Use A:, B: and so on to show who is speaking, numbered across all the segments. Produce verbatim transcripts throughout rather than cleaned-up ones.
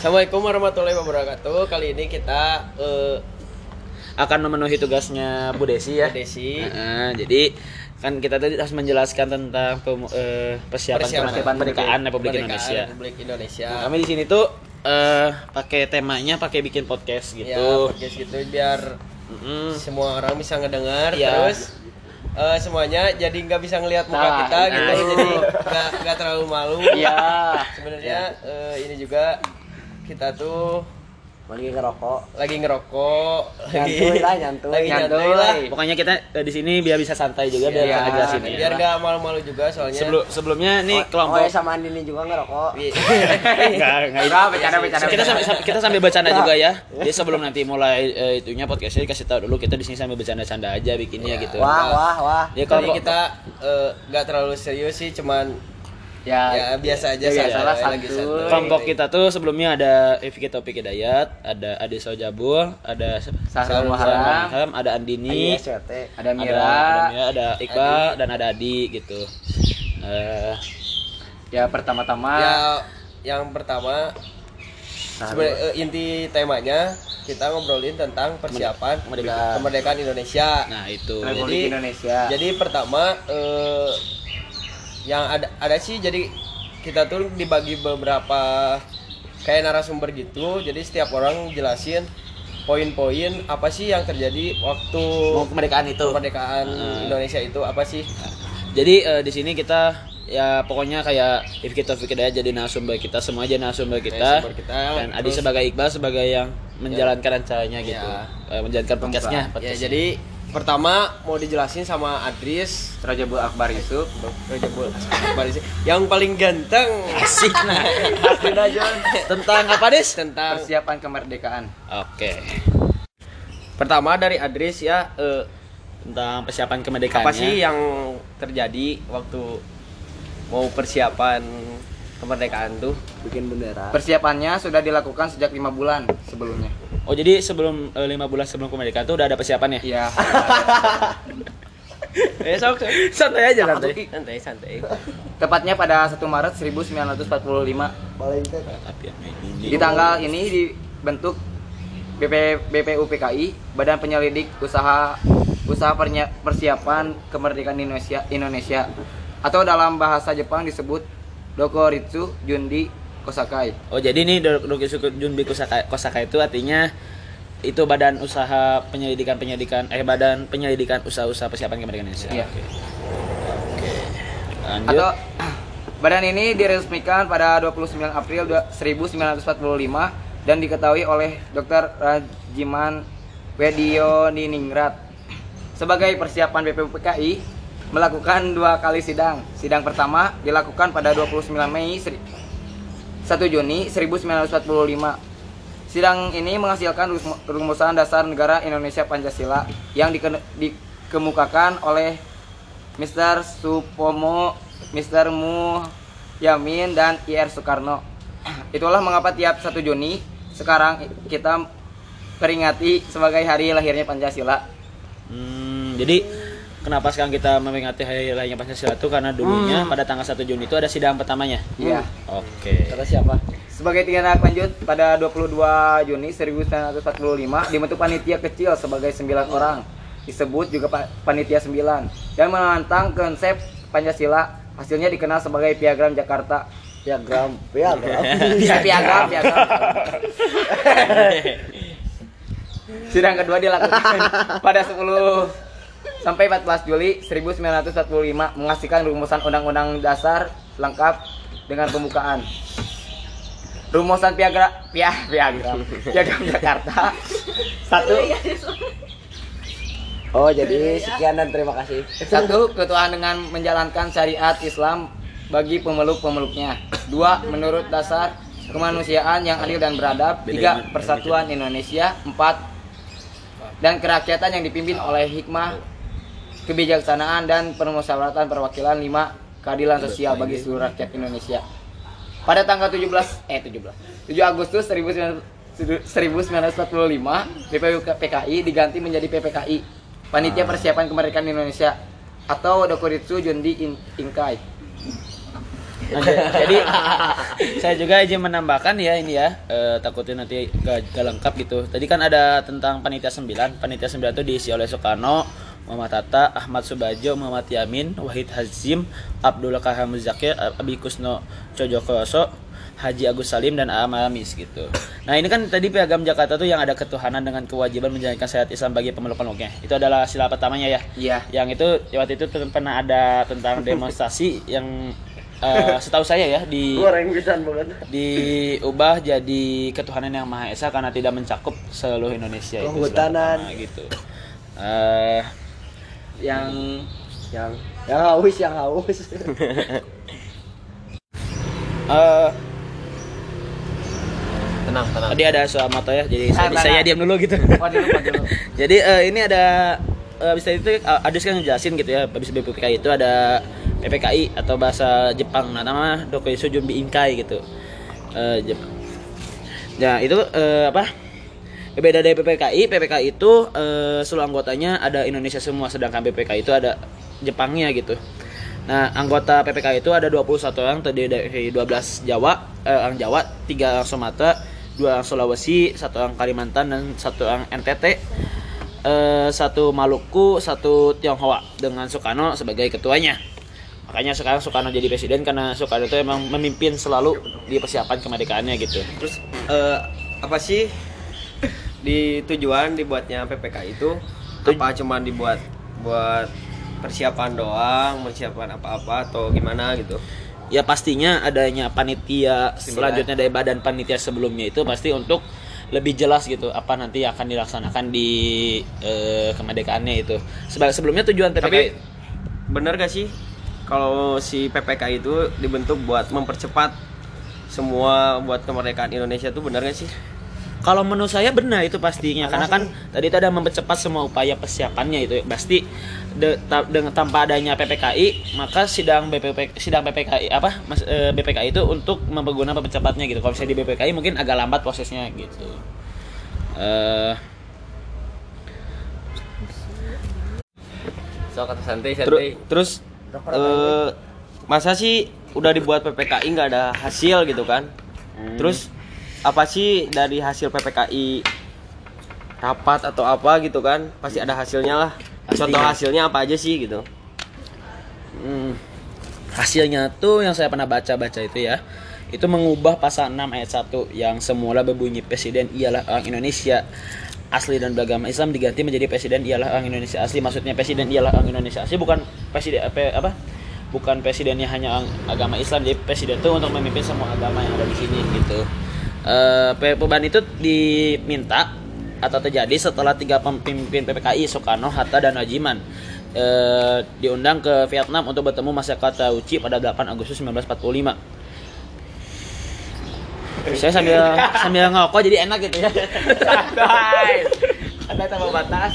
A: Assalamualaikum warahmatullahi wabarakatuh. Kali ini kita uh,
B: akan memenuhi tugasnya Bu Desi ya.
A: Bu Desi.
B: Uh, jadi kan kita tadi harus menjelaskan tentang pem, uh, persiapan kemerdekaan Republik Indonesia.
A: Republik Indonesia.
B: Nah, kami di sini tuh uh, pakai temanya pakai bikin podcast gitu.
A: Ya, podcast gitu biar mm-hmm. semua orang bisa ngedengar ya. Terus uh, semuanya jadi nggak bisa ngelihat muka nah, kita gitu, nah. Jadi nggak nggak terlalu malu. Iya. Sebenarnya ya. uh, ini juga kita tuh
C: lagi ngerokok,
A: lagi ngerokok,
C: nyantuy lah, nyantuy,
A: lagi nyantuy lah.
B: Pokoknya kita uh, di sini biar bisa santai juga, biar
A: ya,
B: agak sini.
A: Biar nggak malu-malu juga soalnya.
B: Sebelum sebelumnya nih
C: oh,
B: kelompok.
C: Oh, sama Andini juga ngerokok.
B: Enggak, enggak
C: bercanda-bercanda.
B: Kita sambil kita sambil bercanda juga ya. Jadi sebelum nanti mulai uh, itunya podcastnya dikasih tahu dulu kita di sini sambil bercanda-canda aja bikinnya ya. Gitu.
C: Wah, wah, wah.
A: Ya kalau kita nggak uh, terlalu serius sih, cuman Ya, ya biasa aja ya, salah ya, lagi santai.
B: Kelompok kita tuh sebelumnya ada Rifki Taufik Hidayat, ada Ade Sojabul, ada
C: Sahrul Muharram,
B: ada Andini,
C: ada Mira,
B: ada, ada Iqbal Adi. Dan ada Adi gitu. Uh,
C: ya pertama-tama
A: ya yang pertama sebenarnya uh, inti temanya kita ngobrolin tentang persiapan kemerdekaan, kemerdekaan Indonesia.
B: Nah, itu.
C: Republik Indonesia.
A: Jadi pertama uh, yang ada ada sih, jadi kita tuh dibagi beberapa kayak narasumber gitu, jadi setiap orang jelasin poin-poin apa sih yang terjadi waktu
B: mau kemerdekaan itu
A: kemerdekaan uh, Indonesia itu apa sih.
B: Jadi uh, di sini kita ya pokoknya kayak Rifki Taufik Hidayat jadi narasumber kita, semua aja narasumber kita,
A: kita
B: dan Adi sebagai Iqbal sebagai yang menjalankan ya, acaranya gitu ya, uh, menjalankan podcastnya
A: ya. Jadi pertama mau dijelasin sama Adris
C: Rajabul Akbar Yusuf,
A: Rajabul Akbar Yusuf yang paling ganteng.
B: Asik nah. Tentang apa, Dis?
C: Tentang persiapan kemerdekaan.
B: Oke.
A: Pertama dari Adris ya, eh,
B: tentang persiapan kemerdekaannya.
A: Apa sih yang terjadi waktu mau persiapan kemerdekaan tuh?
C: Bikin bendera.
D: Persiapannya sudah dilakukan sejak lima bulan sebelumnya.
B: Oh, jadi sebelum uh, lima bulan sebelum kemerdekaan tuh udah ada persiapannya?
D: Iya.
A: Eh, sok, sok.
B: Santai aja, santai.
A: Santai, santai.
D: Tepatnya pada satu Maret seribu sembilan ratus empat puluh lima. Di tanggal ini dibentuk B P B P U P K I, Badan Penyelidik Usaha Usaha Persiapan Kemerdekaan Indonesia Indonesia atau dalam bahasa Jepang disebut Dokuritsu Jundi Kosakai.
B: Oh, jadi ini Dokuritsu Jundi Kosakai, Kosakai itu artinya itu badan usaha penyelidikan penyelidikan eh badan penyelidikan usaha-usaha persiapan kemerdekaan Indonesia.
D: Iya.
B: Oke. Oke. Lanjut.
D: Atau badan ini diresmikan pada dua puluh sembilan April seribu sembilan ratus empat puluh lima dan diketahui oleh Doktor Rajiman Wedioningrat. Sebagai persiapan B P U P K I melakukan dua kali sidang. Sidang pertama dilakukan pada dua puluh sembilan Mei satu Juni seribu sembilan ratus empat puluh lima. Sidang ini menghasilkan rumusan dasar negara Indonesia Pancasila yang dike- dikemukakan oleh Mister Supomo, Mister Muhyamin, dan I R Soekarno. Itulah mengapa tiap satu Juni sekarang kita peringati sebagai hari lahirnya Pancasila.
B: Hmm, jadi kenapa sekarang kita memperingati hari lahirnya Pancasila itu karena dulunya hmm. pada tanggal satu Juni itu ada sidang pertamanya.
D: Iya.
B: Oke.
D: Kata siapa? Sebagai tindak lanjut pada dua puluh dua Juni seribu sembilan ratus empat puluh lima dibentuk panitia kecil sebagai sembilan orang. Disebut juga panitia sembilan dan menantang konsep Pancasila. Hasilnya dikenal sebagai Piagam Jakarta.
C: Piagam, piagam.
D: Piagam, piagam. Sidang kedua dilakukan pada sepuluh sampai empat belas Juli seribu sembilan ratus empat puluh lima menghasilkan rumusan Undang-Undang Dasar lengkap dengan pembukaan. Rumusan piagam pia, piagam Piagam Jakarta satu.
C: Oh, jadi sekian dan terima kasih.
D: Satu, ketuhanan dengan menjalankan syariat Islam bagi pemeluk-pemeluknya. Dua, menurut dasar kemanusiaan yang adil dan beradab. Tiga, persatuan Indonesia. Empat, dan kerakyatan yang dipimpin oleh hikmah, kebijaksanaan, dan permusyawaratan perwakilan. Lima, keadilan sosial bagi seluruh rakyat Indonesia. Pada tanggal tujuh belas eh tujuh belas tujuh Agustus seribu sembilan ratus empat puluh lima, B P U P K I diganti menjadi P P K I, Panitia Persiapan Kemerdekaan Indonesia, atau Dokuritsu Jundi Inkai.
B: Nah, jadi saya juga izin menambahkan ya ini ya, eh, takutnya nanti gak, gak lengkap gitu. Tadi kan ada tentang panitia sembilan. Panitia sembilan itu diisi oleh Soekarno, Muhammad Hatta, Ahmad Subajo, Muhammad Yamin, Wahid Hazim, Abdullah Kaham Muzakir, Abi Kusno Cojokoso, Haji Agus Salim dan Aam Amis gitu. Nah ini kan tadi Piagam Jakarta tuh yang ada ketuhanan dengan kewajiban menjalankan syariat Islam bagi pemeluk-pemeluknya. Itu adalah sila pertamanya ya.
D: Iya.
B: Yang itu waktu itu pernah ada tentang demonstrasi yang uh, setahu saya ya di diubah jadi ketuhanan yang Maha Esa karena tidak mencakup seluruh Indonesia itu.
C: Kehutanan
B: gitu. Uh,
C: yang yang yang haus yang haus.
B: uh,
A: Tenang, tenang.
B: Tadi ada soal moto ya, jadi saya,
D: Tenang,
B: saya
D: tenang.
B: diam dulu gitu.
D: Oh, dulu, oh, dulu.
B: Jadi uh, ini ada uh, bisa itu uh, Adis kan ngejelasin gitu ya, habis B P K I itu ada P P K I atau bahasa Jepang, nah nama Dokeisu Junbi Inkai gitu. Uh, Jepang. Nah itu uh, apa? Beda dari P P K I, P P K I itu uh, seluruh anggotanya ada Indonesia semua, sedangkan P P K I itu ada Jepangnya gitu. Nah, anggota P P K I itu ada dua puluh satu orang, terdiri dari dua belas Jawa, eh, orang Jawa, tiga orang Sumatera, dua orang Sulawesi, satu orang Kalimantan dan satu orang N T T, eh, satu Maluku, satu Tionghoa dengan Soekarno sebagai ketuanya. Makanya sekarang Soekarno jadi presiden karena Soekarno itu emang memimpin selalu di persiapan kemerdekaannya gitu.
A: Terus uh, apa sih di tujuan dibuatnya P P K I itu? Apa cuma dibuat buat persiapan doang, persiapan apa-apa atau gimana gitu?
B: Ya pastinya adanya panitia selanjutnya dari badan panitia sebelumnya itu pasti untuk lebih jelas gitu apa nanti akan dilaksanakan di eh, kemerdekaannya itu. Sebab sebelumnya tujuan P P K I.
A: Tapi bener gak sih kalau si P P K I itu dibentuk buat mempercepat semua buat kemerdekaan Indonesia tuh bener gak sih?
B: Kalau menurut saya benar itu pastinya karena kan tadi itu ada mempercepat semua upaya persiapannya itu pasti de, ta, dengan tanpa adanya P P K I maka sidang B P P sidang P P K I apa mas, e, B P K I itu untuk mempergunakan percepatnya gitu. Kalau misalnya di B P K I mungkin agak lambat prosesnya gitu. Uh,
A: So kata santai
B: ter,
A: santai.
B: terus
A: Uh, masa sih udah dibuat P P K I nggak ada hasil gitu kan? Hmm. Terus apa sih dari hasil P P K I rapat atau apa gitu kan? Pasti ada hasilnya lah. Contoh hasilnya apa aja sih gitu?
B: Hmm, hasilnya tuh yang saya pernah baca-baca itu ya, itu mengubah pasal enam ayat satu yang semula berbunyi presiden ialah orang Indonesia asli dan beragama Islam diganti menjadi presiden ialah orang Indonesia asli. Maksudnya presiden ialah orang Indonesia asli bukan presiden apa, apa? Bukan presidennya hanya orang agama Islam, jadi presiden itu untuk memimpin semua agama yang ada di sini gitu. Uh, perubahan itu diminta atau terjadi setelah tiga pemimpin P P K I Soekarno, Hatta dan Rajiman uh, diundang ke Vietnam untuk bertemu masyarakat Tauci pada delapan Agustus sembilan belas empat puluh lima. Saya sambil sambil ngerokok jadi enak gitu ya.
D: Santai. Santai tanpa batas.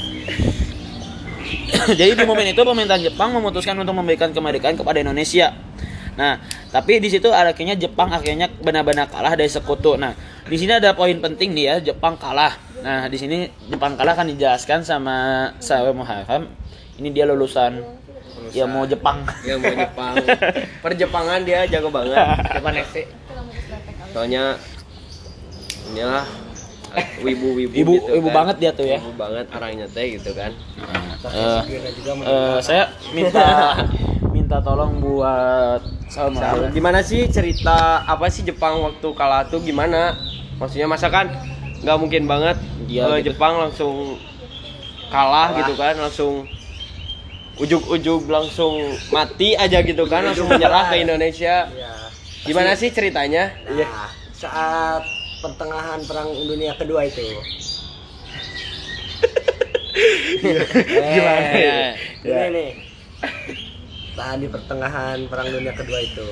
B: Jadi di momen itu pemerintahan Jepang memutuskan untuk memberikan kemerdekaan kepada Indonesia. Nah, tapi di situ akhirnya Jepang akhirnya benar-benar kalah dari sekutu. Nah, di sini ada poin penting nih ya, Jepang kalah. Nah, di sini Jepang kalah kan dijelaskan sama Sawe Muharram. Ini dia lulusan, lulusan ya mau Jepang.
A: Ya mau Jepang. Perjepangan dia jago banget.
D: Depan S C.
A: Soalnya inilah wibu-wibu
B: Ibu
A: gitu
B: ibu
A: kan.
B: banget dia tuh ya.
A: Ibu banget orangnya teh gitu kan.
B: Uh, uh, saya minta minta tolong buat sama
A: gimana sih cerita apa sih Jepang waktu kalah tuh gimana? Maksudnya masa kan nggak mungkin banget
B: dia
A: uh,
B: gitu.
A: Jepang langsung kalah, kalah gitu kan, langsung ujug-ujug langsung mati aja gitu kan, langsung menyerah ke Indonesia. Gimana sih ceritanya?
C: Iya. Nah, saat pertengahan perang dunia kedua itu.
A: Gimana ya?
C: Ini nih. Saat di pertengahan perang dunia kedua itu.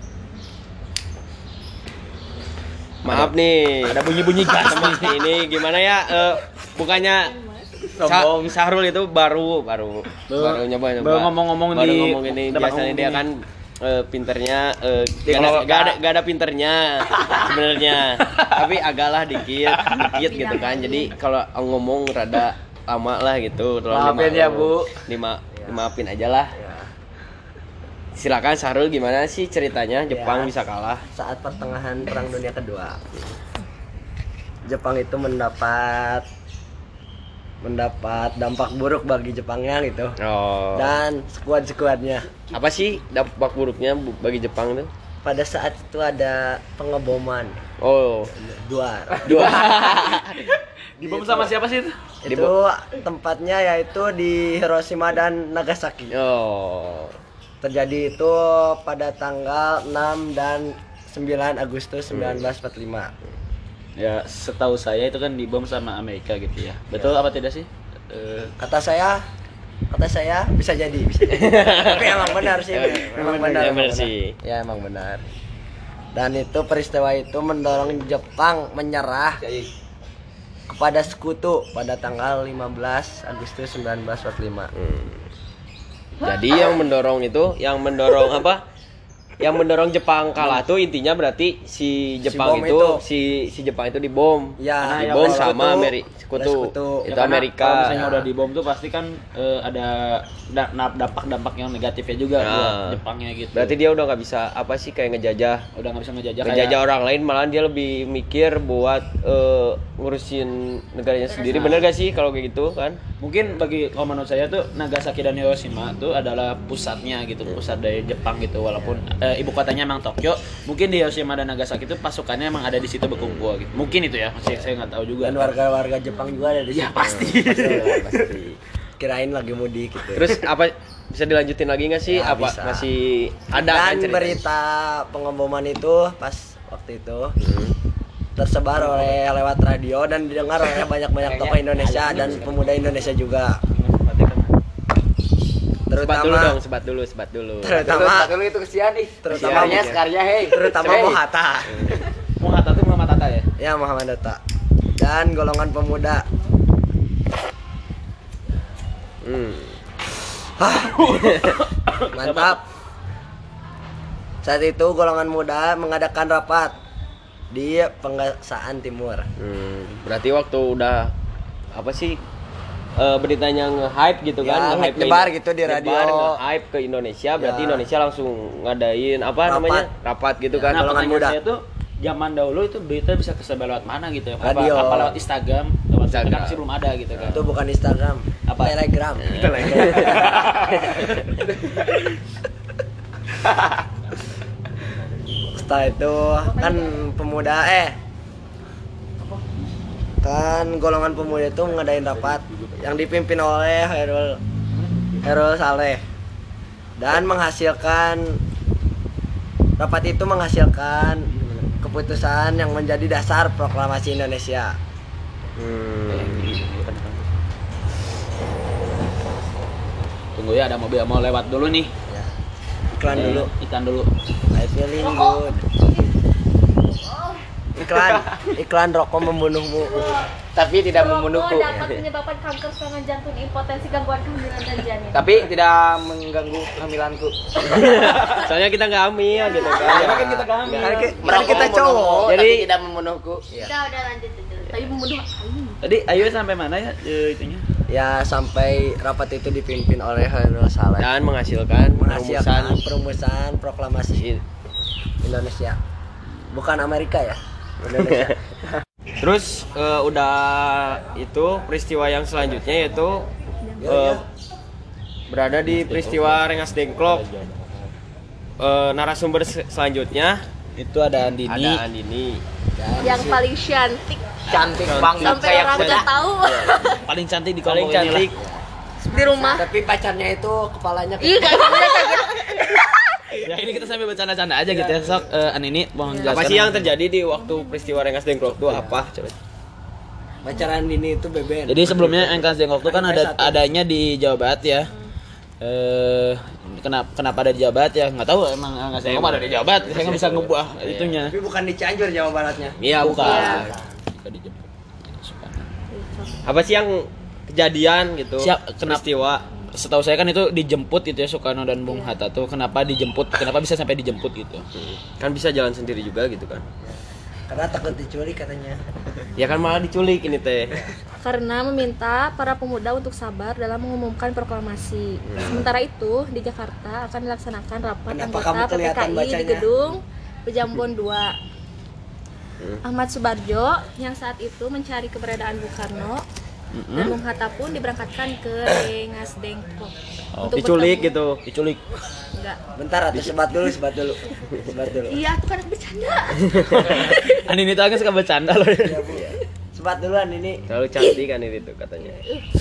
A: Maaf nih,
B: ada bunyi-bunyi gas
A: sama ini gimana ya? Uh, bukannya Sa- Sahrul itu baru baru
B: Baru-
A: baru nyoba nyoba
B: baru ngomong-ngomong
A: baru
B: di
A: ngomong ini
B: depan
A: biasanya
B: umum
A: dia
B: ini.
A: kan uh, pinternya uh, gak, ada, gak ada gak ada pinternya sebenarnya tapi agaklah dikit dikit gitu kan, jadi kalau ngomong rada lama lah gitu. Tolong
D: Maafin ya, Bu.
A: Dima, dimaafin aja lah. Silakan Sahrul, gimana sih ceritanya Jepang
C: Ya,
A: bisa kalah?
C: Saat pertengahan Perang Dunia Kedua, Jepang itu mendapat mendapat dampak buruk bagi Jepangnya gitu.
A: Oh.
C: Dan skuad-skuadnya.
A: Apa sih dampak buruknya bu- bagi Jepang tuh?
C: Pada saat itu ada pengeboman
A: Oh,
C: dua.
A: dua.
B: Dibom sama siapa sih itu?
C: Itu tempatnya yaitu di Hiroshima dan Nagasaki.
A: Oh.
C: Terjadi itu pada tanggal enam dan sembilan Agustus sembilan belas empat puluh lima.
B: Ya, setahu saya itu kan dibom sama Amerika gitu ya. Betul apa tidak sih? Eh,
C: Kata saya, kata saya bisa jadi, bisa jadi. Tapi emang benar sih, memang benar.
A: Ya,
C: emang
A: benar sih.
C: Ya emang benar. Dan itu peristiwa itu mendorong Jepang menyerah kepada sekutu pada tanggal lima belas Agustus sembilan belas empat puluh lima.
A: Hmm. Jadi yang mendorong itu, yang mendorong apa? Yang mendorong Jepang kalah tuh intinya berarti si Jepang
C: bom
A: itu,
C: itu.
A: si si Jepang itu dibom.
C: Ya,
A: dibom
C: oleh
A: sama
C: sekutu.
A: Amerika sekutu.
C: Oleh sekutu.
A: Itu
B: ya karena
A: Amerika.
B: Kalau misalnya udah dibom tuh pasti kan eh, ada da- na- dampak-dampak yang negatifnya juga
A: Nah,
B: buat Jepangnya gitu.
A: Berarti dia udah nggak bisa apa sih kayak ngejajah.
B: udah nggak bisa ngejajah
A: Ngejajah
B: kayak
A: orang lain, malah dia lebih mikir buat eh, ngurusin negaranya sendiri. Bener gak sih kalau kayak gitu kan?
B: mungkin bagi kalau menurut saya tuh Nagasaki dan Hiroshima tuh adalah pusatnya gitu, pusat dari Jepang gitu, walaupun eh, ibu kotanya emang Tokyo, mungkin di Hiroshima dan Nagasaki itu pasukannya emang ada di situ berkumpul gitu. Mungkin itu ya, masih saya nggak tahu juga.
C: Dan warga-warga Jepang juga ada di
B: Ya,
C: situ.
B: pasti.
C: Pasti, pasti. Kirain lagi mudik gitu.
A: Terus apa bisa dilanjutin lagi nggak sih?
C: Ya,
A: apa
C: bisa.
A: masih ada kan
C: Dan
A: ceritanya?
C: berita pengeboman itu pas waktu itu tersebar oleh lewat radio dan didengar oleh banyak-banyak tokoh Indonesia dan pemuda Indonesia juga.
A: Sebat dulu
C: Terutama
A: dong, sebat dulu, sebat dulu.
C: terutama
D: dulu itu kesian nih.
C: Terutama-
D: Sekarnya sekarnya hei.
C: terutama
D: Hey.
C: Mohatta.
B: Muhammad Hatta tuh Muhammad Hatta ya.
C: Ya, Muhammad Hatta. Dan golongan pemuda.
A: Hmm.
C: Mantap. Saat itu golongan muda mengadakan rapat di Penggasaan Timur.
A: Hmm, berarti waktu udah apa sih eh, beritanya nge-hype gitu
C: Ya,
A: kan, nge-hype ke
C: nyebar
A: Indo-
C: gitu di radio.
A: nyebar, nge-hype ke Indonesia, berarti
C: Ya.
A: Indonesia langsung ngadain apa
C: Rapat.
A: namanya? Rapat gitu
C: Ya,
A: kan.
B: Nah,
C: golongan
B: pertanyaan
C: muda.
B: saya tuh zaman dahulu itu berita bisa kesebar lewat mana gitu ya? Apa,
C: Radio.
B: apa lewat Instagram? Lewat Instagram
A: Instagram.
B: kan masih belum ada gitu kan.
C: Itu bukan Instagram,
B: Apa?
C: Telegram. Setelah itu kan pemuda eh kan golongan pemuda itu ngadain rapat yang dipimpin oleh Herul Herul Saleh dan menghasilkan rapat itu menghasilkan keputusan yang menjadi dasar proklamasi Indonesia.
A: Hmm.
B: Tunggu ya, ada mobil mau lewat dulu nih.
C: Ya. Iklan
B: Eh,
C: dulu.
B: Iklan dulu.
C: I feeling good. Iklan, iklan rokok membunuhmu.
D: Tapi tidak membunuhku.
E: Dapat menyebabkan kanker serangan jantung, impotensi, gangguan kehamilan dan janin.
D: Tapi tidak mengganggu kehamilanku.
A: Soalnya kita nggak hamil gitu kan.
B: Ya, kan kita kami.
C: Kan ki- kan kita cowok.
D: Jadi
A: Jadi-
D: tidak membunuhku.
E: Udah, udah lanjut aja. Tapi membunuh Aing.
B: Tadi Ayu sampai mana ya eh, itunya?
C: Ya sampai rapat itu dipimpin oleh Herul Saleh.
A: Dan menghasilkan
C: Menghasilkan
A: perumusan
C: perumusan proklamasi Indonesia. Bukan Amerika ya. Indonesia.
A: Terus eh, udah itu peristiwa yang selanjutnya yaitu eh, berada di peristiwa Rengas Dengklok. Eh, narasumber se- selanjutnya
B: Itu ada Andini.
A: ada Andini.
E: Yang paling cantik.
D: Cantik banget
E: Sampai
D: kayak
E: orang
D: kuda.
E: udah tahu.
B: Paling cantik di
A: Paling
B: kelompok inilah.
A: cantik.
E: Di rumah.
C: Tapi pacarnya itu kepalanya
E: Ih, kayak gitu, kayak gitu.
B: Ya ini kita sambil bercanda-canda aja gitu ya. Sok eh, Andini mau
A: Apa
B: menjelaskan.
A: sih yang terjadi di waktu peristiwa Rengas Dengklok itu apa? Coba.
C: pacaran ini itu beben.
B: Jadi sebelumnya Rengas Dengklok itu kan ada adanya di Jawa Barat ya. Eh kenapa kenapa ada di Jawa Barat ya? Nggak tahu emang Rengas Dengklok ada di Jawa Barat. Saya nggak bisa ngebuah itunya.
C: Tapi bukan di Cianjur Jawa Baratnya.
A: Iya, bukan.
B: Bukan dijemput.
A: Apa sih yang kejadian gitu?
B: Siap, kenapa-
A: peristiwa.
B: Setahu saya kan itu dijemput gitu ya Soekarno dan Bung Hatta tuh. Kenapa dijemput? Kenapa bisa sampai dijemput gitu?
A: Kan bisa jalan sendiri juga gitu kan.
C: Karena takut diculik katanya.
A: Ya kan malah diculik ini teh.
E: Karena meminta para pemuda untuk sabar dalam mengumumkan proklamasi. Sementara itu di Jakarta akan dilaksanakan rapat
C: Kenapa
E: anggota
C: kamu
E: P P
C: kelihatan
E: K I di
C: bacanya?
E: gedung Pejambon dua. Ahmad Subarjo yang saat itu mencari keberadaan Bung Karno dan Bung Hatta pun diberangkatkan ke Rengas Dengklok.
B: Oh,
E: untuk
A: Diculik
E: bertemu.
A: gitu.
B: Diculik.
E: Enggak.
C: Bentar atau sebat dulu, sebat dulu. Sebat dulu.
E: Iya, itu kan aku bercanda.
B: Ani ini tuh agak suka bercanda loh.
C: Iya, Bu. Sebat duluan ini.
A: Terlalu cantik kan ini tuh katanya.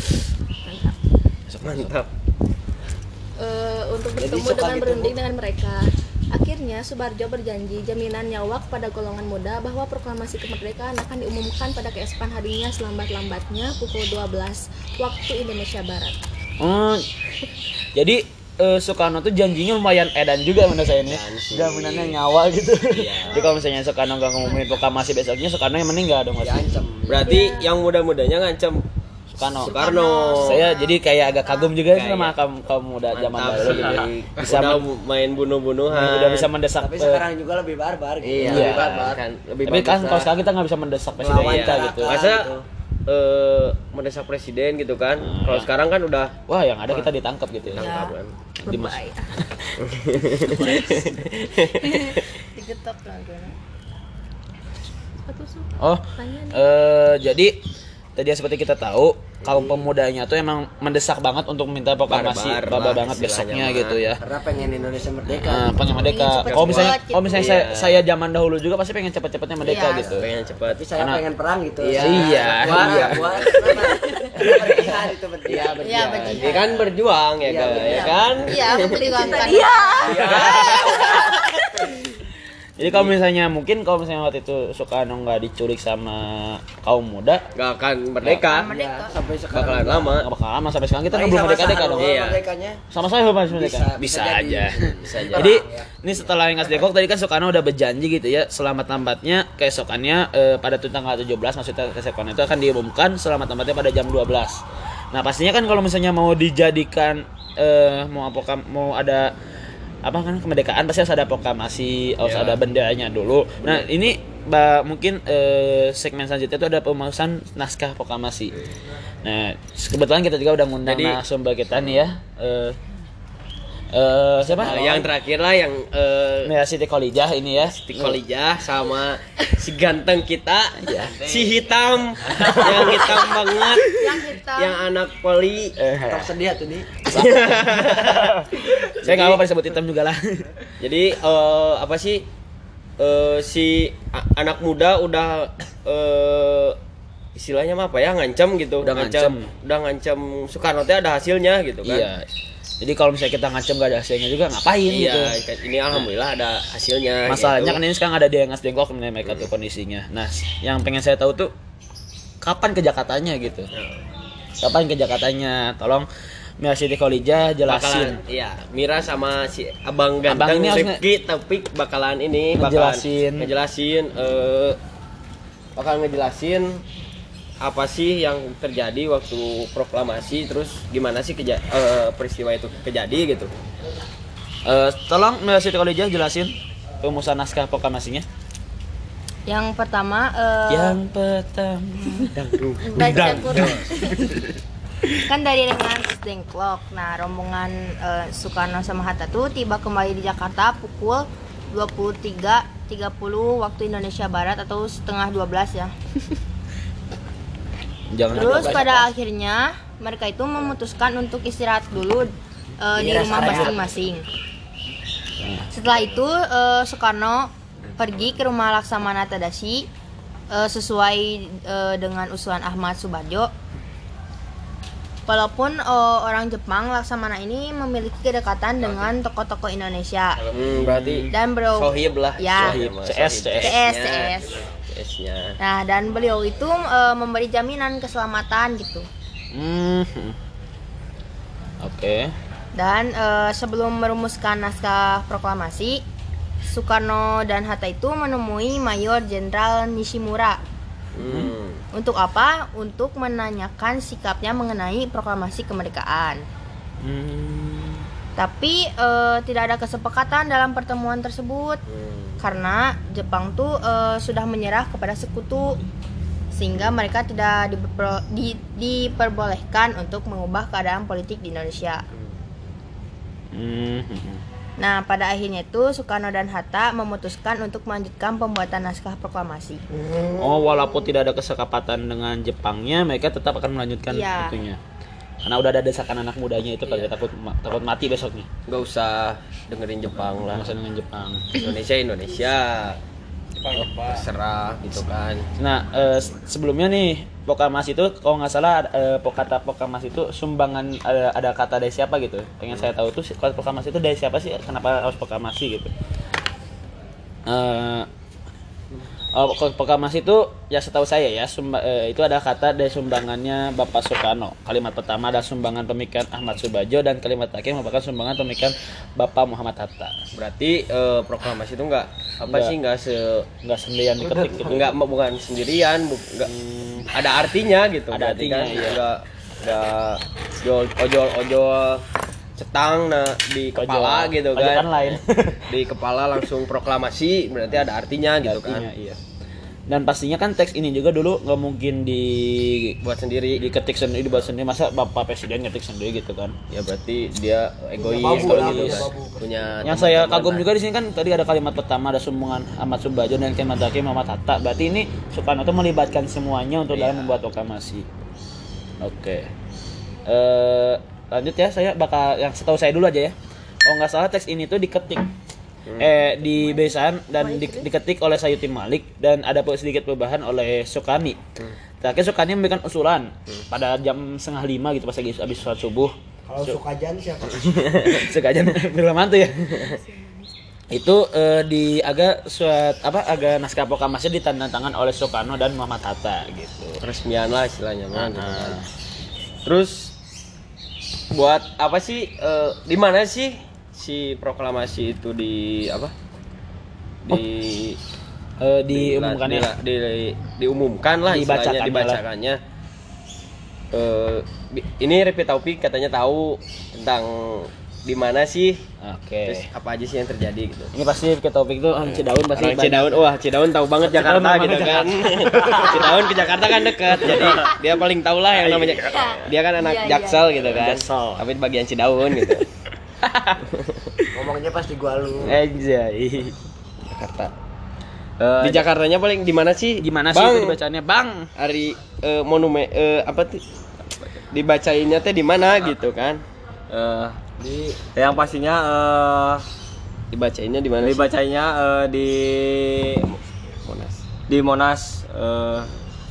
A: Mantap.
E: Eh, untuk
C: Jadi
E: bertemu
C: suka
E: dengan
C: gitu,
E: berunding
C: Bu.
E: dengan mereka. Akhirnya Subarjo berjanji jaminan nyawa kepada golongan muda bahwa proklamasi kemerdekaan akan diumumkan pada keesokan harinya selambat-lambatnya pukul dua belas waktu Indonesia Barat.
B: Oh, jadi eh, Soekarno tuh janjinya lumayan edan juga menurut saya ini.
A: sih.
B: Jaminannya nyawa gitu.
A: Iya.
B: Jadi kalau misalnya Soekarno nggak ngumumin proklamasi besoknya, Soekarno yang meninggal dong pasti.
C: Diancam.
A: Berarti yang muda-mudanya ngancem
B: Soekarno.
A: Soekarno.
B: Saya jadi kayak agak kagum juga sih
A: Kayak-
B: sama kaum kaum muda zaman
A: Mantap
B: dulu
A: sih.
B: gitu.
A: Bisa
B: Bisa men-
A: main bunuh-bunuhan.
B: udah bisa mendesak.
C: Tapi
B: eh,
C: sekarang juga lebih barbar gitu.
A: Iya,
B: Iya.
A: lebih barbar kan. Lebih
B: tapi kan
A: bagus
B: kalau
A: lah.
B: sekarang kita nggak bisa mendesak presiden
C: Melawan
B: kita
C: Raka.
B: gitu.
A: Masa
C: gitu.
A: eh, mendesak presiden gitu kan. Kalau
B: iya.
A: sekarang kan udah
B: Wah, yang ada kita ditangkap gitu ya.
A: tangkap kan.
B: Dimas.
E: Berbahaya. Digetok kan. Satu su.
B: Oh,
E: Tanya nih.
B: eh jadi tadi seperti kita tahu kaum pemudanya tuh emang mendesak banget untuk minta proklamasi
A: Barbar
B: baba
A: lah
B: banget besoknya
A: istilahnya mah.
B: gitu ya.
C: Karena pengen Indonesia merdeka.
B: Nah, pengen merdeka.
E: cepet-cepet
B: Kalau misalnya
E: gitu.
B: kalau misalnya
A: Iya.
B: saya, saya zaman dahulu juga pasti pengen cepet-cepetnya merdeka
E: Iya.
B: gitu.
A: Pengen cepat.
C: Tapi saya
B: Karena-
C: pengen perang gitu.
A: Iya.
B: Iya,
C: Buat,
B: iya.
C: buat berjihad itu berjihad.
E: Iya, berjihad.
A: Dia kan berjuang ya,
C: Iya,
A: kan?
C: benar.
A: Ya kan?
E: Iya, memperjuangkan. Iya.
B: Jadi kalau misalnya mungkin kalau misalnya waktu itu Soekarno nggak diculik sama kaum muda,
A: Gak akan merdeka.
E: Merdeka.
C: Ya, sampai sekarang.
A: Bakalan lama.
B: nggak bakal lama sampai sekarang kita kan
C: Tapi
B: belum
C: sama
B: merdeka-merdeka
C: Sahrul
B: dong.
A: Iya.
C: merdekanya.
B: Sama saya belum merdeka.
C: Bisa,
B: Bisa,
C: bisa
B: aja.
C: jadi.
A: Bisa aja.
B: Jadi ini setelah Rengas Dengklok tadi kan Soekarno udah berjanji gitu ya selamat-lambatnya keesokannya eh, pada tanggal tujuh belas maksudnya keesokannya itu akan diumumkan selamat-lambatnya pada jam dua belas. Nah pastinya kan kalau misalnya mau dijadikan eh, mau apa mau ada apa kan kemerdekaan pasti harus ada proklamasi harus
A: Ya.
B: ada benderanya dulu. Nah ini ba, mungkin eh, segmen selanjutnya itu ada pemutusan naskah proklamasi. Nah kebetulan kita juga udah ngundang
A: Jadi-
B: narasumber kita nih ya. Eh, eh, siapa?
A: Nah, yang terakhir lah yang eh,
B: Nih Siti Kholijah ini ya.
A: Siti Kholijah sama si ganteng kita,
B: Iya.
A: si hitam, yang hitam banget,
E: Yang hitam.
A: yang anak poli.
B: Eh,
C: Tetap sedih tuh nih.
B: saya nggak apa-apa disebut hitam juga lah.
A: Jadi eh, apa sih eh, si a- anak muda udah eh, istilahnya mah apa ya ngancam gitu,
B: Udah ngancem.
A: udah ngancam Soekarno teh ada hasilnya gitu kan.
B: Iya. Jadi kalau misalnya kita ngacem gak ada hasilnya juga ngapain
A: Iya,
B: gitu.
A: kan ini alhamdulillah ada hasilnya.
B: Masalahnya
A: gitu.
B: kan ini sekarang ada di Rengas Dengklok nih mereka tuh kondisinya. Nah, yang pengen saya tahu tuh kapan ke Jakartanya gitu. Kapan ke Jakartanya? Tolong Mira Siti Kholijah jelasin.
A: Bakalan, iya, Mira sama si Abang
B: Abang
A: Ganteng
B: ini harusnya-
A: Rifki Taufik bakalan ini bakalan
B: Ngejelasin.
A: ngejelasin eh bakal ngejelasin apa sih yang terjadi waktu proklamasi, terus gimana sih keja- eh, peristiwa itu kejadi gitu.
B: Eh, tolong Mira Siti Kholijah jelasin rumusan naskah proklamasinya.
E: Yang pertama eh,
B: Yang pertama.
E: baca kurung. Kan dari Rengas Dengklok. Nah, rombongan eh, Soekarno sama Hatta tuh tiba kembali di Jakarta pukul dua puluh tiga tiga puluh waktu Indonesia Barat atau setengah dua belas ya.
B: Jangan
E: Terus
B: ada-
E: pada akhirnya mereka itu memutuskan untuk istirahat dulu eh, di
C: Iya,
E: rumah
C: rest area.
E: masing-masing. Setelah itu eh, Soekarno pergi ke rumah Laksamana Tadashi eh, sesuai eh, dengan usulan Ahmad Subarjo. Walaupun eh, orang Jepang Laksamana ini memiliki kedekatan dengan tokoh-tokoh Indonesia
A: Hmm, berarti
E: dan beliau
A: Sohib lah.
E: Ya.
A: Sohib,
B: C S,
A: Sohib.
B: C
E: S,
A: C S-nya.
E: C S.
A: C S-nya.
E: Nah, dan beliau itu eh, memberi jaminan keselamatan gitu.
B: Hmm. Oke.
E: Dan eh, sebelum merumuskan naskah proklamasi, Soekarno dan Hatta itu menemui Mayor Jenderal Nishimura.
A: Hmm.
E: Untuk apa? Untuk menanyakan sikapnya mengenai proklamasi kemerdekaan.
B: Hmm.
E: Tapi uh, tidak ada kesepakatan dalam pertemuan tersebut hmm. karena Jepang tuh uh, sudah menyerah kepada sekutu, sehingga mereka tidak diper, di, diperbolehkan untuk mengubah keadaan politik di Indonesia. Hmm. Nah, pada akhirnya itu Soekarno dan Hatta memutuskan untuk melanjutkan pembuatan naskah proklamasi.
B: Oh, walaupun tidak ada kesepakatan dengan Jepangnya, mereka tetap akan melanjutkan
E: ya.
B: itunya. Karena udah ada desakan anak mudanya itu pada iya. takut takut mati besoknya.
A: Nggak usah dengerin Jepang lah.
B: Nggak usah dengerin Jepang.
A: Indonesia Indonesia. Jepang Jepang. Terserah gitu kan.
B: Nah eh, sebelumnya nih proklamasi itu kalau nggak salah eh, kata proklamasi itu sumbangan ada, ada kata dari siapa gitu. Pengen hmm. saya tahu tuh kata proklamasi itu dari siapa sih? Kenapa harus proklamasi gitu? Eh, Oh, proklamasi itu ya setahu saya ya sumba, eh, itu ada kata dari sumbangannya Bapak Soekarno. Kalimat pertama ada sumbangan pemikiran Ahmad Subadjo dan kalimat terakhir merupakan sumbangan pemikiran Bapak Muhammad Hatta.
A: Berarti eh, proklamasi itu enggak apa enggak, sih enggak se
B: enggak sendirian diketik gitu.
A: Enggak bukan sendirian, bu, enggak hmm. ada artinya gitu.
B: Ada artinya kan, iya.
A: Enggak enggak ojol-ojol cetang nah di kepala Ojo, gitu kan,
B: lain.
A: Di kepala langsung proklamasi berarti ada artinya gitu artinya,
B: kan iya. Dan pastinya kan teks ini juga dulu nggak mungkin dibuat sendiri, diketik sendiri, dibuat sendiri, masa Bapak Presiden ngetik sendiri gitu kan.
A: Ya berarti dia egois
B: kalau gitu
A: kan.
B: Punya yang saya kagum juga di sini kan tadi ada kalimat pertama ada sumbangan Ahmad Subadjo dan kalimat terakhir Muhammad Hatta. Berarti ini Soekarno itu melibatkan semuanya untuk yeah. dalam membuat proklamasi. Oke. Okay. Eh lanjut ya, saya bakal yang setahu saya dulu aja ya. Oh nggak salah teks ini tuh diketik hmm. eh di Besan dan di, diketik oleh Sayuti Malik dan ada sedikit perubahan oleh Soekarni. Hmm. Terakhir Soekarni memberikan usulan hmm. pada jam setengah lima gitu pas lagi habis sholat subuh.
C: Kalau so, Sukajan siapa?
B: Sukajan film mantu ya. Itu eh, di agak suat apa agak naskah proklamasi ditandatangan oleh Soekarno dan Muhammad Hatta gitu.
A: Resmian lah istilahnya kan. Nah. Terus buat apa sih uh, di mana sih si proklamasi itu di apa di
B: oh, uh, diumumkan
A: di,
B: ya
A: di, di, diumumkan lah istilahnya dibacakannya uh, ini Repi Taufik katanya tahu tentang di mana sih,
B: oke okay.
A: Terus apa aja sih yang terjadi gitu.
B: Ini pasti Repi Taufik tuh orang Cidaun pasti
A: orang Cidaun, wah Cidaun tahu banget Jakarta Cidaun gitu kan. Cidaun ke Jakarta kan dekat, jadi dia paling tahu lah yang namanya. Dia kan anak iya, Jaksel iya. gitu kan, Jaksel. Tapi di bagian Cidaun gitu.
C: Ngomongnya pasti gua lu.
B: Anjay.
A: Jakarta. Uh, di Jakartanya paling di mana sih?
B: Gimana sih itu dibacaannya, Bang?
A: Hari uh, monumen uh, apa tuh? Dibacainnya teh di mana gitu kan?
F: Uh, di yang pastinya uh,
A: dibacainnya di mana?
F: Dibacainnya uh, di
A: Monas.
F: Di Monas uh,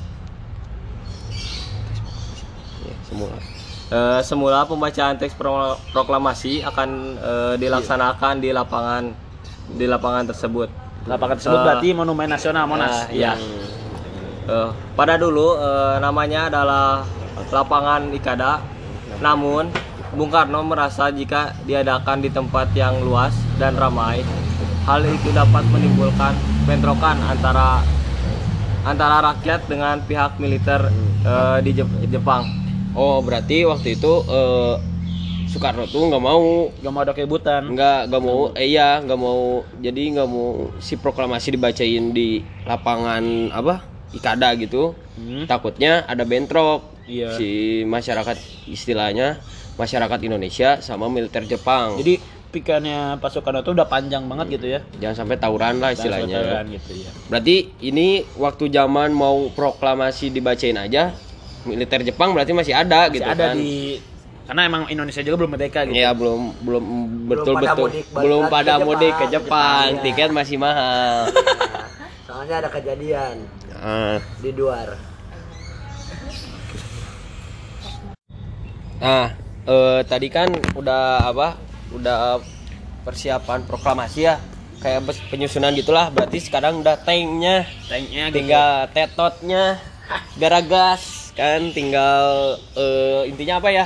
A: ya, semula.
F: Uh, semula pembacaan teks pro- proklamasi akan uh, dilaksanakan di lapangan di lapangan tersebut.
B: Lapangan tersebut uh, berarti Monumen Nasional Monas.
F: Uh, yang uh, pada dulu uh, namanya adalah lapangan Ikada. Namun Bung Karno merasa jika diadakan di tempat yang luas dan ramai, hal itu dapat menimbulkan bentrokan antara antara rakyat dengan pihak militer uh, di Jepang.
A: Oh, berarti waktu itu uh, Soekarno tuh nggak mau
B: nggak mau ada keributan,
A: nggak nggak mau, eh, iya nggak mau, jadi nggak mau si proklamasi dibacain di lapangan apa Ikada gitu, hmm. takutnya ada bentrok, iya. Si masyarakat istilahnya masyarakat Indonesia sama militer Jepang.
B: Jadi pikirannya Pak Soekarno itu udah panjang banget gitu ya.
A: Jangan sampai tawuran lah istilahnya.
B: Tawuran gitu ya.
A: Berarti ini waktu zaman mau proklamasi dibacain aja, militer Jepang berarti masih ada
B: masih
A: gitu
B: ada
A: kan.
B: Di karena emang Indonesia juga belum merdeka gitu.
A: Iya, belum belum betul-betul belum pada mudik ke Jepang, Jepang. Tiket masih mahal.
C: Nah, soalnya ada kejadian uh. di luar.
A: Nah, eh, tadi kan udah apa? Udah persiapan proklamasi ya, kayak penyusunan gitulah. Berarti sekarang udah tanknya,
B: tanknya
A: tinggal gitu. Tetotnya, garagas kan, tinggal eh, intinya apa ya?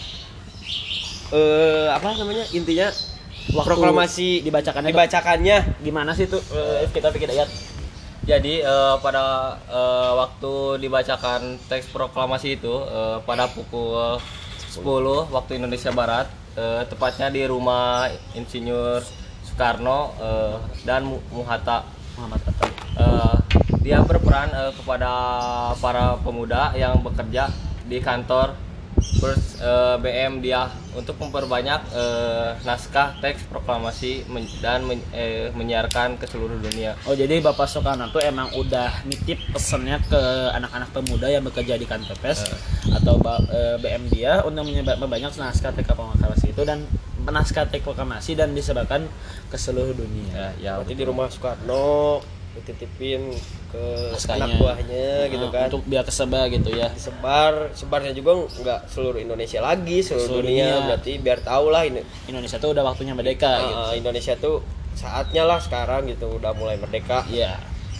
A: Eh, apa namanya? Intinya waktu proklamasi
B: dibacakannya,
A: dibacakannya
B: gimana sih tuh? Eh, kita pikir ayat.
F: Jadi uh, pada uh, waktu dibacakan teks proklamasi itu uh, pada pukul sepuluh waktu Indonesia Barat uh, tepatnya di rumah Insinyur Soekarno uh, dan Muhatta.
B: Muhammad Hatta.
F: Uh, dia berperan uh, kepada para pemuda yang bekerja di kantor First uh, B M dia untuk memperbanyak uh, naskah teks proklamasi men- dan men- eh, menyiarkan ke seluruh dunia.
B: Oh jadi Bapak Soekarno tuh emang udah nitip pesennya ke anak-anak pemuda yang bekerja di kantor pers uh. atau uh, B M dia untuk memperbanyak naskah teks proklamasi itu dan naskah teks proklamasi dan disebarkan ke seluruh dunia.
A: Ya, berarti di rumah Soekarno dititipin ke
B: naskahnya,
A: anak buahnya nah, gitu kan
B: untuk biar kesebar gitu ya,
A: disebar sebarnya juga nggak seluruh Indonesia lagi seluruh, seluruh dunia. dunia berarti biar tahu lah ini
B: Indonesia tuh udah waktunya merdeka
A: uh,
B: gitu.
A: Indonesia tuh saatnya lah sekarang gitu udah mulai merdeka.
B: Iya.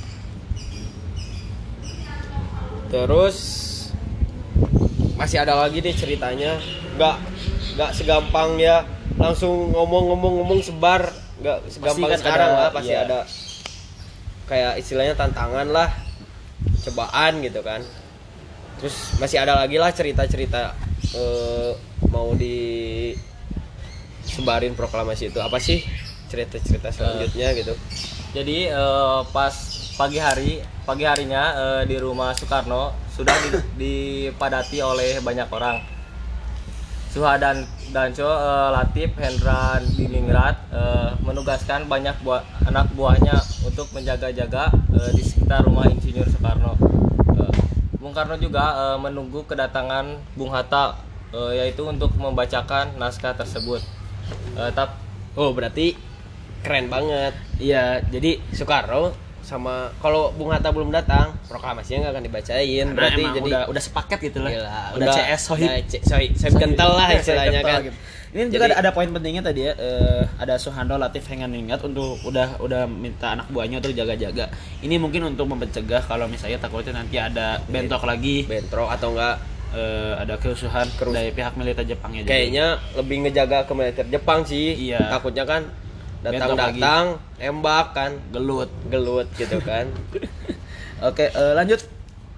A: Terus masih ada lagi nih ceritanya, nggak nggak segampang ya langsung ngomong-ngomong-ngomong sebar, nggak segampang
B: kan
A: sekarang
B: ada,
A: lah pasti
B: iya.
A: ada kayak istilahnya tantangan lah, cobaan gitu kan. Terus masih ada lagi lah cerita-cerita eh, mau disebarin proklamasi itu apa sih cerita-cerita selanjutnya gitu.
F: Jadi eh, pas pagi hari pagi harinya eh, di rumah Soekarno sudah di- dipadati oleh banyak orang. Suhadan Danco, uh, Latif, Hendra Diningrat uh, menugaskan banyak buah, anak buahnya untuk menjaga-jaga uh, di sekitar rumah Insinyur Soekarno. Uh, Bung Karno juga uh, menunggu kedatangan Bung Hatta, uh, yaitu untuk membacakan naskah tersebut. Uh, tap,
A: Oh berarti keren banget.
B: Iya, jadi
A: Soekarno sama kalau Bung Hatta belum datang proklamasinya nggak akan dibacain.
B: Karena
A: Berarti
B: emang
A: jadi
B: udah udah sepaket gitu lah.
A: Gila,
B: udah, C S sohib.
A: udah C- sohib, sohib kental lah istilahnya kan.
B: Gitu. Ini juga ada, ada poin pentingnya tadi ya. Eh, ada Suhandro, Latif, Hengan ingat untuk udah udah minta anak buahnya untuk jaga-jaga. Ini mungkin untuk mencegah kalau misalnya takutnya nanti ada bentrok lagi,
A: bentrok atau enggak
B: eh, ada kerusuhan
A: Kerus-
B: dari pihak militer Jepangnya.
A: kayaknya lebih ngejaga ke militer Jepang sih.
B: Iya.
A: Takutnya kan
B: Bentrok
A: datang-datang embak kan,
B: gelut.
A: gelut gitu kan.
B: Oke, eh, lanjut.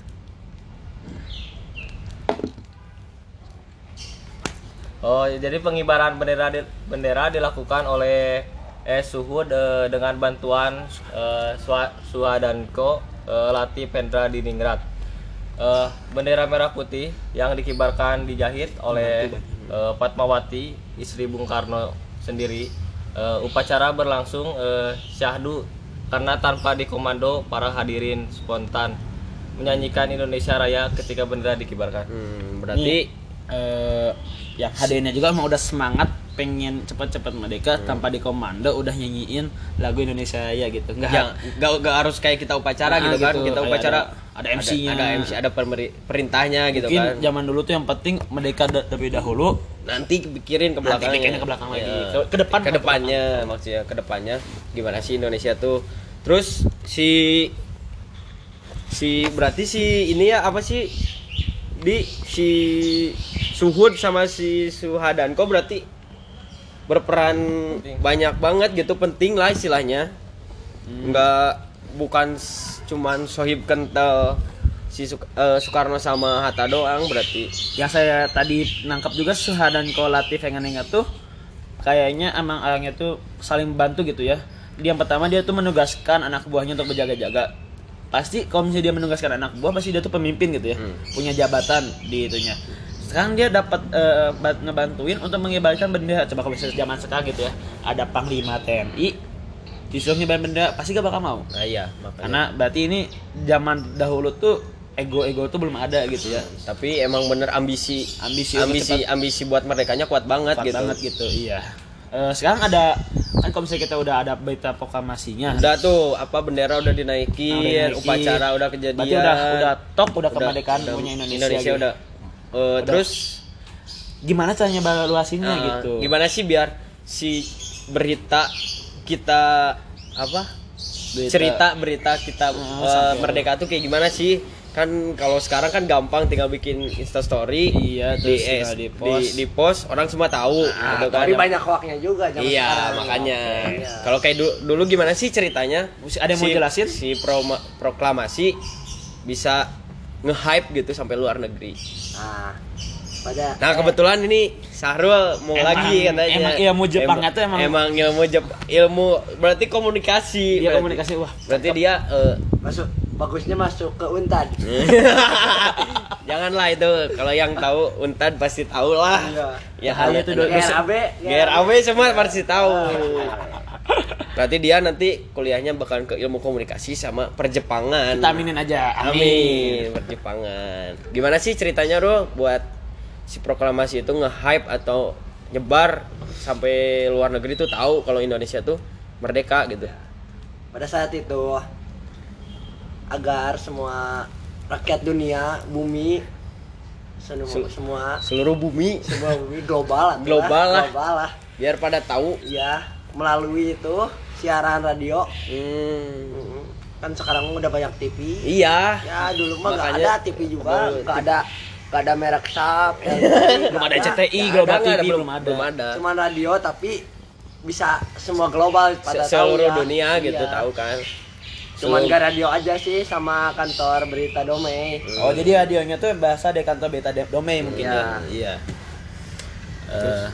F: Oh, jadi pengibaran bendera di, bendera dilakukan oleh eh, Suhud eh, dengan bantuan eh, Swa- Suhadanko, eh, Latif, Hendra Diningrat. Eh, bendera merah putih yang dikibarkan dijahit oleh eh, Fatmawati, istri Bung Karno sendiri. Eh, upacara berlangsung eh, syahdu karena tanpa dikomando para hadirin spontan menyanyikan Indonesia Raya ketika bendera dikibarkan.
A: Hmm, berarti
B: eh, yang hadirnya juga emang udah semangat pengen cepet-cepet merdeka hmm. tanpa dikomando udah nyanyiin lagu Indonesia Raya gitu. Enggak
A: ya nggak nggak harus kayak kita upacara
B: nah,
A: gitu kan.
B: gitu.
A: Kita
B: Kayak
A: upacara
B: ada, ada M C-nya.
A: Ada, ada M C, ada pemeri- perintahnya gitu
B: mungkin
A: kan.
B: zaman dulu tuh yang penting merdeka da- terlebih dahulu,
A: Nanti pikirin ke
B: nanti
A: belakangnya.
B: pikirin ke belakang lagi.
A: Ya.
B: Ke, ke depan
A: ke depannya maksudnya ke depannya gimana sih Indonesia tuh. Terus si si berarti si ini ya apa sih di si Suhud sama si Suhadanko berarti berperan
F: Penting.
A: banyak banget gitu, penting lah istilahnya.
B: Hmm.
A: Nggak bukan s- cuman sohib kental si Suk- eh, Soekarno sama Hatta doang berarti.
B: Yang saya tadi nangkap juga Suhadanko, Latif, yang ingat tuh kayaknya emang orangnya tuh saling bantu gitu ya. Dia yang pertama dia tuh menugaskan anak buahnya untuk berjaga-jaga. Pasti kalau misalnya dia menugaskan anak buah pasti dia tuh pemimpin gitu ya,
A: Hmm.
B: punya jabatan di itunya. Sekarang dia dapat eh, bat- ngebantuin untuk mengibarkan bendera. Coba kalau misalnya zaman sekarang gitu ya, ada Panglima T N I disuruh ngibarin bendera, pasti gak bakal mau.
A: Nah iya makanya.
B: Karena berarti ini zaman dahulu tuh ego-ego tuh belum ada gitu ya.
A: Tapi emang bener ambisi
B: Ambisi
A: ambisi
B: cepat-
A: ambisi buat merdekanya kuat banget
B: kuat
A: gitu.
B: banget gitu, iya. Eh, sekarang ada kan kalau misalnya kita udah ada berita proklamasinya,
A: Udah tuh apa bendera udah dinaikin,
B: Nah, udah dinaikin.
A: upacara udah kejadian.
B: berarti udah udah top, udah
A: Udah-
B: kemerdekaan
A: udah
B: punya Indonesia,
A: Indonesia
B: gitu.
A: udah. Eh,
B: Udah.
A: Terus
B: Gimana caranya evaluasinya
A: eh,
B: gitu?
A: gimana sih biar si berita kita apa?
B: Berita-
A: Cerita berita kita
B: Oh,
A: eh,
B: sampai-
A: merdeka tuh kayak gimana sih? Kan kalau sekarang kan gampang tinggal bikin Insta story,
B: Iya,
A: di,
B: terus
A: eh,
B: tinggal
A: di,
B: di-post.
A: di post orang semua tahu
C: Nah,
A: gitu kan.
C: tapi banyak hoaknya juga zaman
A: Iya,
C: sekarang.
A: makanya.
C: Iya.
A: Kalau kayak du- dulu gimana sih ceritanya?
B: Ada yang mau jelasin?
A: Si proma- proklamasi bisa nge-hype gitu sampai luar negeri.
C: Nah, pada
A: Nah kebetulan ini Sahrul mau
B: Emang-
A: lagi katanya.
B: emang ilmu Jepangnya tuh emang-
A: emang ilmu Jep ilmu berarti komunikasi.
B: Dia
A: berarti.
B: komunikasi wah.
A: Berarti dia eh,
C: masuk bagusnya masuk ke Untad.
A: janganlah itu kalau yang tahu Untad pasti tahu lah.
C: Iya.
A: Ya
B: Bahaya
A: itu
B: tuh,
C: G R A B,
A: G R A B semua pasti tahu. Berarti dia nanti kuliahnya bakal ke ilmu komunikasi sama perjepangan.
B: Kita aminin aja. Amin.
A: Amin, perjepangan. Gimana sih ceritanya, Ro, buat si proklamasi itu nge-hype atau nyebar sampai luar negeri tuh tahu kalau Indonesia tuh merdeka gitu.
C: Pada saat itu agar semua rakyat dunia, bumi, semua
A: Sel-
C: semua,
A: Seluruh bumi
C: semua bumi global lah,
A: Global lah.
C: global lah.
A: biar pada tahu.
C: Ya, melalui itu siaran radio.
A: Hmm.
C: Mm, Kan sekarang udah banyak T V.
A: Iya.
C: Ya dulu mah nggak
A: Makanya-
C: ada T V juga,
A: baru
C: nggak
A: T V.
C: ada nggak ada merek Sharp,
B: Belum ada C T I, Global T V belum ada.
A: Belum ada.
C: Cuman radio tapi bisa semua global pada
A: Se-
C: tahu
A: Seluruh
C: ya.
A: dunia gitu
C: Iya.
A: tahu kan.
C: Cuman
A: Seluruh-
C: gak radio aja sih sama kantor berita Domei.
B: Oh, jadi radionya tuh bahasa dari kantor Beta De- Domei mungkin
C: Iya.
B: ya. Iya. Eh,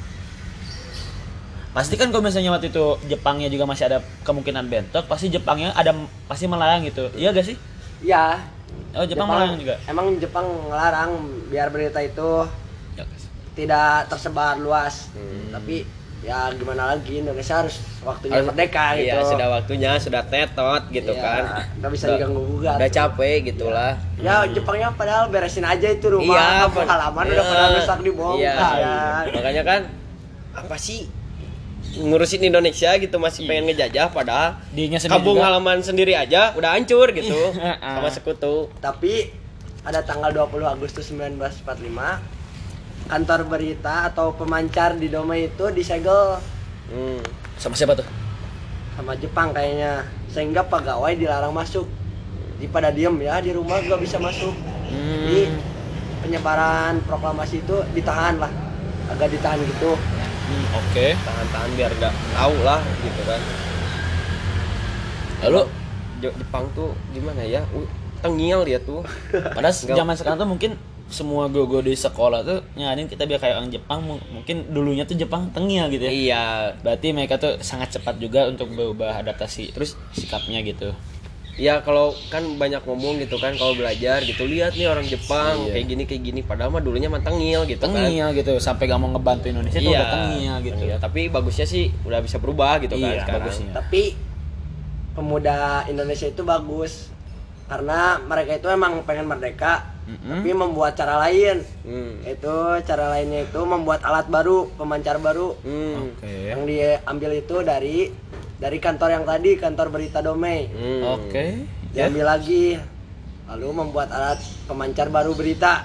B: pasti kan kalau misalnya waktu itu Jepangnya juga masih ada kemungkinan bentrok, pasti Jepangnya ada pasti melarang gitu. Iya gak sih?
C: Iya.
B: Oh, Jepang melarang juga.
C: Emang Jepang ngelarang biar berita itu
B: Ya, guys.
C: tidak tersebar luas.
A: Hmm.
C: Tapi ya gimana lagi, Indonesia harus waktunya
A: Harus-
C: merdeka gitu.
A: Iya, sudah waktunya, sudah tetot gitu
C: Iya,
A: kan.
C: nggak bisa
A: Udah-
C: diganggu gugat.
A: Udah capek gitulah.
C: Ya Jepangnya padahal beresin aja itu rumah,
A: Iya,
C: kampung
A: Pak.
C: halaman
A: Iya.
C: udah pada rusak dibongkar.
A: Iya.
C: Ya.
A: Makanya kan apa sih ngurusin Indonesia gitu masih pengen ngejajah padahal
B: Dinya sendiri
A: kampung
B: juga.
A: halaman sendiri aja udah hancur gitu
B: Iya.
A: sama sekutu.
C: Tapi ada tanggal dua puluh Agustus sembilan belas empat puluh lima kantor berita atau pemancar di Domei itu disegel
A: Hmm.
B: Sama siapa tuh?
C: sama Jepang kayaknya, sehingga pegawai dilarang masuk. Di pada diem ya di rumah gak bisa masuk. Jadi penyebaran proklamasi itu ditahan lah, agak ditahan gitu.
B: Hmm, Oke.
A: Tahan-tahan biar nggak tahu lah gitu kan.
B: Lalu
A: Je- Jepang tuh gimana ya? Uh, tengil dia tuh.
B: pada
A: Nggak-
B: zaman sekarang tuh mungkin semua gogo di sekolah tuh nyaranin kita biar kayak orang Jepang. Mu- mungkin dulunya tuh Jepang tengil gitu ya.
A: Iya.
B: Berarti mereka tuh sangat cepat juga untuk berubah adaptasi terus sikapnya gitu.
A: Ya kalau kan banyak ngomong gitu kan kalau belajar gitu, lihat nih orang Jepang
B: Iya.
A: kayak gini kayak gini padahal mah dulunya mah tengil gitu kan.
B: Tengil gitu sampai gak mau ngebantu Indonesia tuh
A: Iya,
B: udah tengil gitu.
A: tengil. Tapi bagusnya sih udah bisa berubah gitu kan
B: Iya,
A: sekarang.
B: bagusnya.
C: Tapi pemuda Indonesia itu bagus karena mereka itu emang pengen merdeka,
B: Mm-mm.
C: tapi membuat cara lain.
A: Hmm.
C: Itu cara lainnya itu membuat alat baru, pemancar baru.
A: Hmm.
B: Oke.
C: Yang diambil itu dari dari kantor yang tadi, kantor berita Domei.
A: Hmm.
B: Oke. Ya.
C: Diambil lagi, lalu membuat alat pemancar baru berita.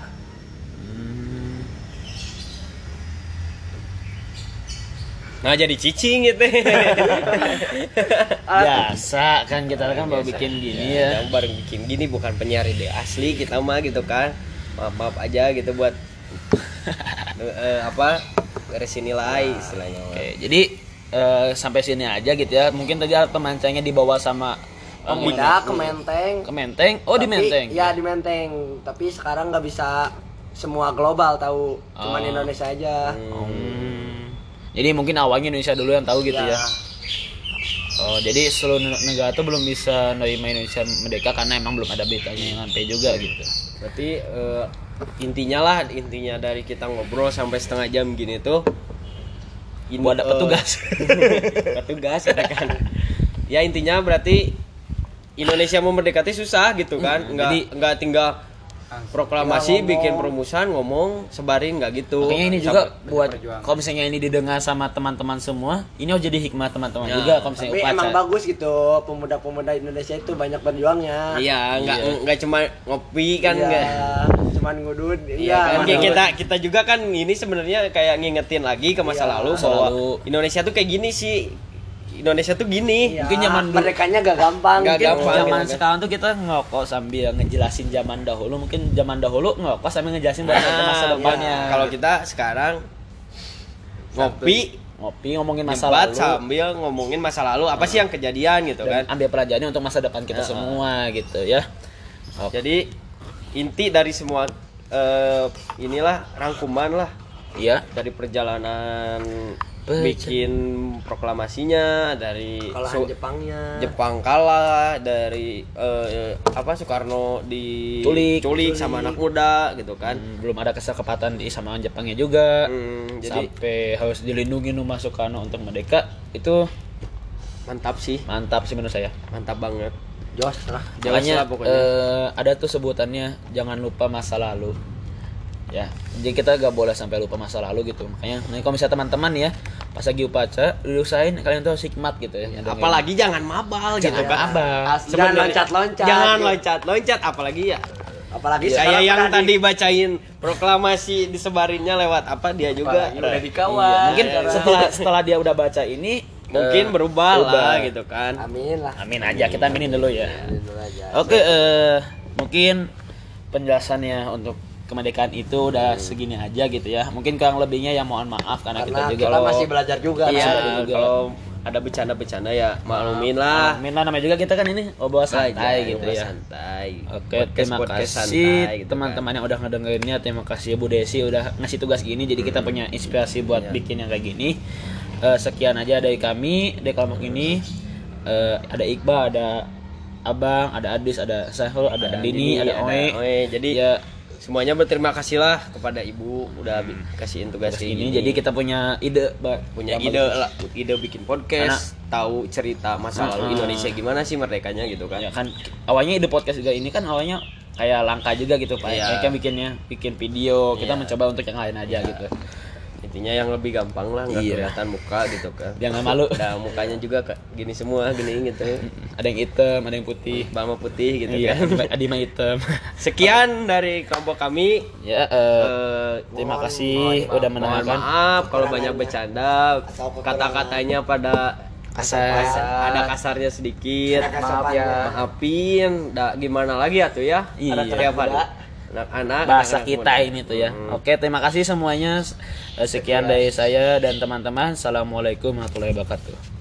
A: Nah jadi cicing gitu.
B: Biasa kan kita kan baru bikin gini ya.
A: Yang baru bikin gini bukan penyiar ide asli kita mah gitu kan. Maaf maaf aja gitu buat eh, apa beresin nilai istilahnya.
B: Oke, jadi eh, sampai sini aja gitu ya. Mungkin tadi alat pemancangnya dibawa sama Om
C: Tidak ke Menteng.
B: ke Menteng. Oh, di
C: Tapi-
B: Menteng.
C: Ya di Menteng. Tapi sekarang nggak bisa semua global tahu, cuman
B: Oh.
C: Indonesia aja.
B: Hmm. Jadi mungkin awalnya Indonesia dulu yang tahu gitu ya. Oh, jadi seluruh negara tuh belum bisa nerima Indonesia merdeka karena emang belum ada beritanya yang sampai juga gitu.
A: Berarti eh, intinya lah intinya dari kita ngobrol sampai setengah jam gini tuh ini,
B: Buat ada
A: eh,
B: petugas.
A: petugas katakan. Ya intinya berarti Indonesia mau merdekati susah gitu kan. Enggak
B: jadi-
A: enggak tinggal proklamasi,
C: Tinggal
A: bikin
C: ngomong.
A: perumusan, ngomong, sebarin nggak gitu.
B: Makanya ini juga
A: Sampai-
B: buat kalau misalnya ini didengar sama teman-teman semua, ini harus jadi hikmah teman-teman
A: Ya,
B: juga kalau misalnya
C: Tapi emang
B: upacara.
C: bagus gitu, pemuda-pemuda Indonesia itu banyak berjuangnya.
A: Iya, nggak
B: Iya.
A: nggak cuma ngopi kan
C: Iya,
A: nggak.
C: cuman ngudut.
A: Iya kan,
C: ngudut.
A: kayak kita kita juga kan ini sebenarnya kayak ngingetin lagi ke masa
C: Iya,
A: lalu
B: masa
A: bahwa
B: lalu.
A: Indonesia tuh kayak gini sih. Indonesia tuh gini.
C: Iya,
B: mungkin zaman dulu-
C: merdekanya gak gampang.
A: Nggak
C: gitu.
A: gampang.
B: Zaman
A: gitu kan.
B: sekarang tuh kita ngerokok sambil ngejelasin zaman dahulu. Mungkin zaman dahulu ngerokok sambil ngejelasin buat
A: Nah,
B: masa depannya.
A: iya. Kalau kita sekarang ngopi,
B: ngopi ngomongin masa
A: debat
B: lalu
A: sambil ngomongin masa lalu, apa sih yang kejadian gitu
B: dan
A: kan.
B: ambil pelajaran untuk masa depan kita
A: Nah,
B: semua gitu ya.
A: Jadi inti dari semua uh, inilah rangkuman lah.
B: Iya.
A: Dari perjalanan
B: Beca.
A: bikin proklamasinya, dari
C: Kalahan
A: Su-
C: Jepangnya.
A: Jepang kalah, dari uh, apa Soekarno diculik
B: Culik.
A: sama anak muda gitu kan.
B: Hmm, belum ada kesepakatan di samaan Jepangnya juga.
A: Hmm, jadi
B: Sampai harus dilindungi rumah Soekarno untuk merdeka. Itu
A: mantap sih,
B: mantap sih menurut saya.
A: mantap banget.
C: Jos lah.
A: Jelas
B: Makanya
A: lah pokoknya.
B: eh, ada tuh sebutannya jangan lupa masa lalu. Ya, jadi kita gak boleh sampai lupa masa lalu gitu. Makanya nih kalau misalnya teman-teman ya pas lagi upacara diusahain kalian tuh harus hikmat gitu ya.
A: Apalagi jangan mabal gitu
B: Jangan
A: kan.
B: mabal.
C: As- Jangan loncat-loncat.
A: Jangan
C: gitu.
A: loncat-loncat apalagi ya.
C: Apalagi
A: Saya
C: sekarang
A: yang
C: udah
A: tadi
C: di-
A: bacain proklamasi disebarinnya lewat apa dia juga
C: Apalagi udah
A: Iya,
C: dikawal.
B: Mungkin
A: iya.
B: setelah setelah dia udah baca ini
A: mungkin
B: eh,
A: berubah
B: berubah.
A: lah gitu kan.
C: Amin lah.
B: Amin aja, kita aminin dulu ya.
C: Amin dulu aja.
B: Oke, eh, mungkin penjelasannya untuk kemerdekaan itu udah segini aja gitu ya. Mungkin kurang lebihnya ya mohon maaf karena,
C: Karena
B: kita juga
C: kita
B: kalau-
C: masih belajar juga.
A: Iya,
B: Belajar juga.
A: kalau ada bercanda-bercanda ya maklumin lah.
B: Amin lah, namanya juga kita kan ini obrol santai
A: Belajar,
B: gitu
A: ngobrol
B: ya.
A: santai.
B: Oke,
A: Podcast-
B: terima
A: podcast
B: kasih
A: santai gitu
B: teman-teman
A: kan.
B: yang udah ngedengerinnya. Terima kasih Bu Desi udah ngasih tugas gini. Jadi kita punya inspirasi buat
A: Iya.
B: bikin yang kayak gini. Eh, sekian aja dari kami, dari kelompok ini. Eh, ada Iqbal, ada Abang, ada Adis, ada Sahul, ada,
A: Ada
B: Dini,
A: Dini,
B: ada Oe.
A: ada Oe. Jadi
B: ya
A: semuanya berterima kasih lah kepada Ibu udah bi- kasihin tugas
B: tugas
A: kayak
B: ini.
A: gini.
B: Jadi kita punya ide, Ba.
A: punya
B: Yang
A: ide
B: bagus.
A: lah, ide bikin podcast, tahu cerita masa lalu
B: Ah.
A: Indonesia gimana sih merdekanya gitu kan.
B: Ya kan awalnya ide podcast juga ini kan awalnya kayak langka juga gitu Pak.
A: Iya.
B: Kayak kan bikinnya bikin video, kita
A: Iya.
B: mencoba untuk yang lain aja
A: Iya.
B: gitu.
A: Intinya yang lebih gampang lah, nggak
B: Iya.
A: kelihatan muka gitu kan.
B: Jangan malu.
A: Nah, mukanya juga kayak gini semua, gini gitu.
B: Ada yang hitam, ada yang putih.
A: Bama putih gitu
B: Iya,
A: kan.
B: Adi mah hitam.
A: Sekian dari kelompok kami.
B: Ya, eh,
A: Eh,
B: terima
C: mohon-
B: kasih
C: mohon
B: udah
A: mohon
B: mendengarkan.
A: maaf kalau banyak bercanda,
C: Atau kekurangan.
A: kata-katanya pada
B: Kasar.
A: ada kasarnya sedikit.
C: Ada
A: Maaf
C: kesopannya.
A: ya, maafin. Da, gimana lagi atuh ya?
B: Iya.
A: Ada tiap hari. Anak-anak
B: Bahasa
A: anak-anak
B: kita
A: muda.
B: ini tuh ya.
A: Hmm.
B: Oke, terima kasih semuanya. Eh, Sekian dari saya dan teman-teman. Assalamualaikum warahmatullahi wabarakatuh.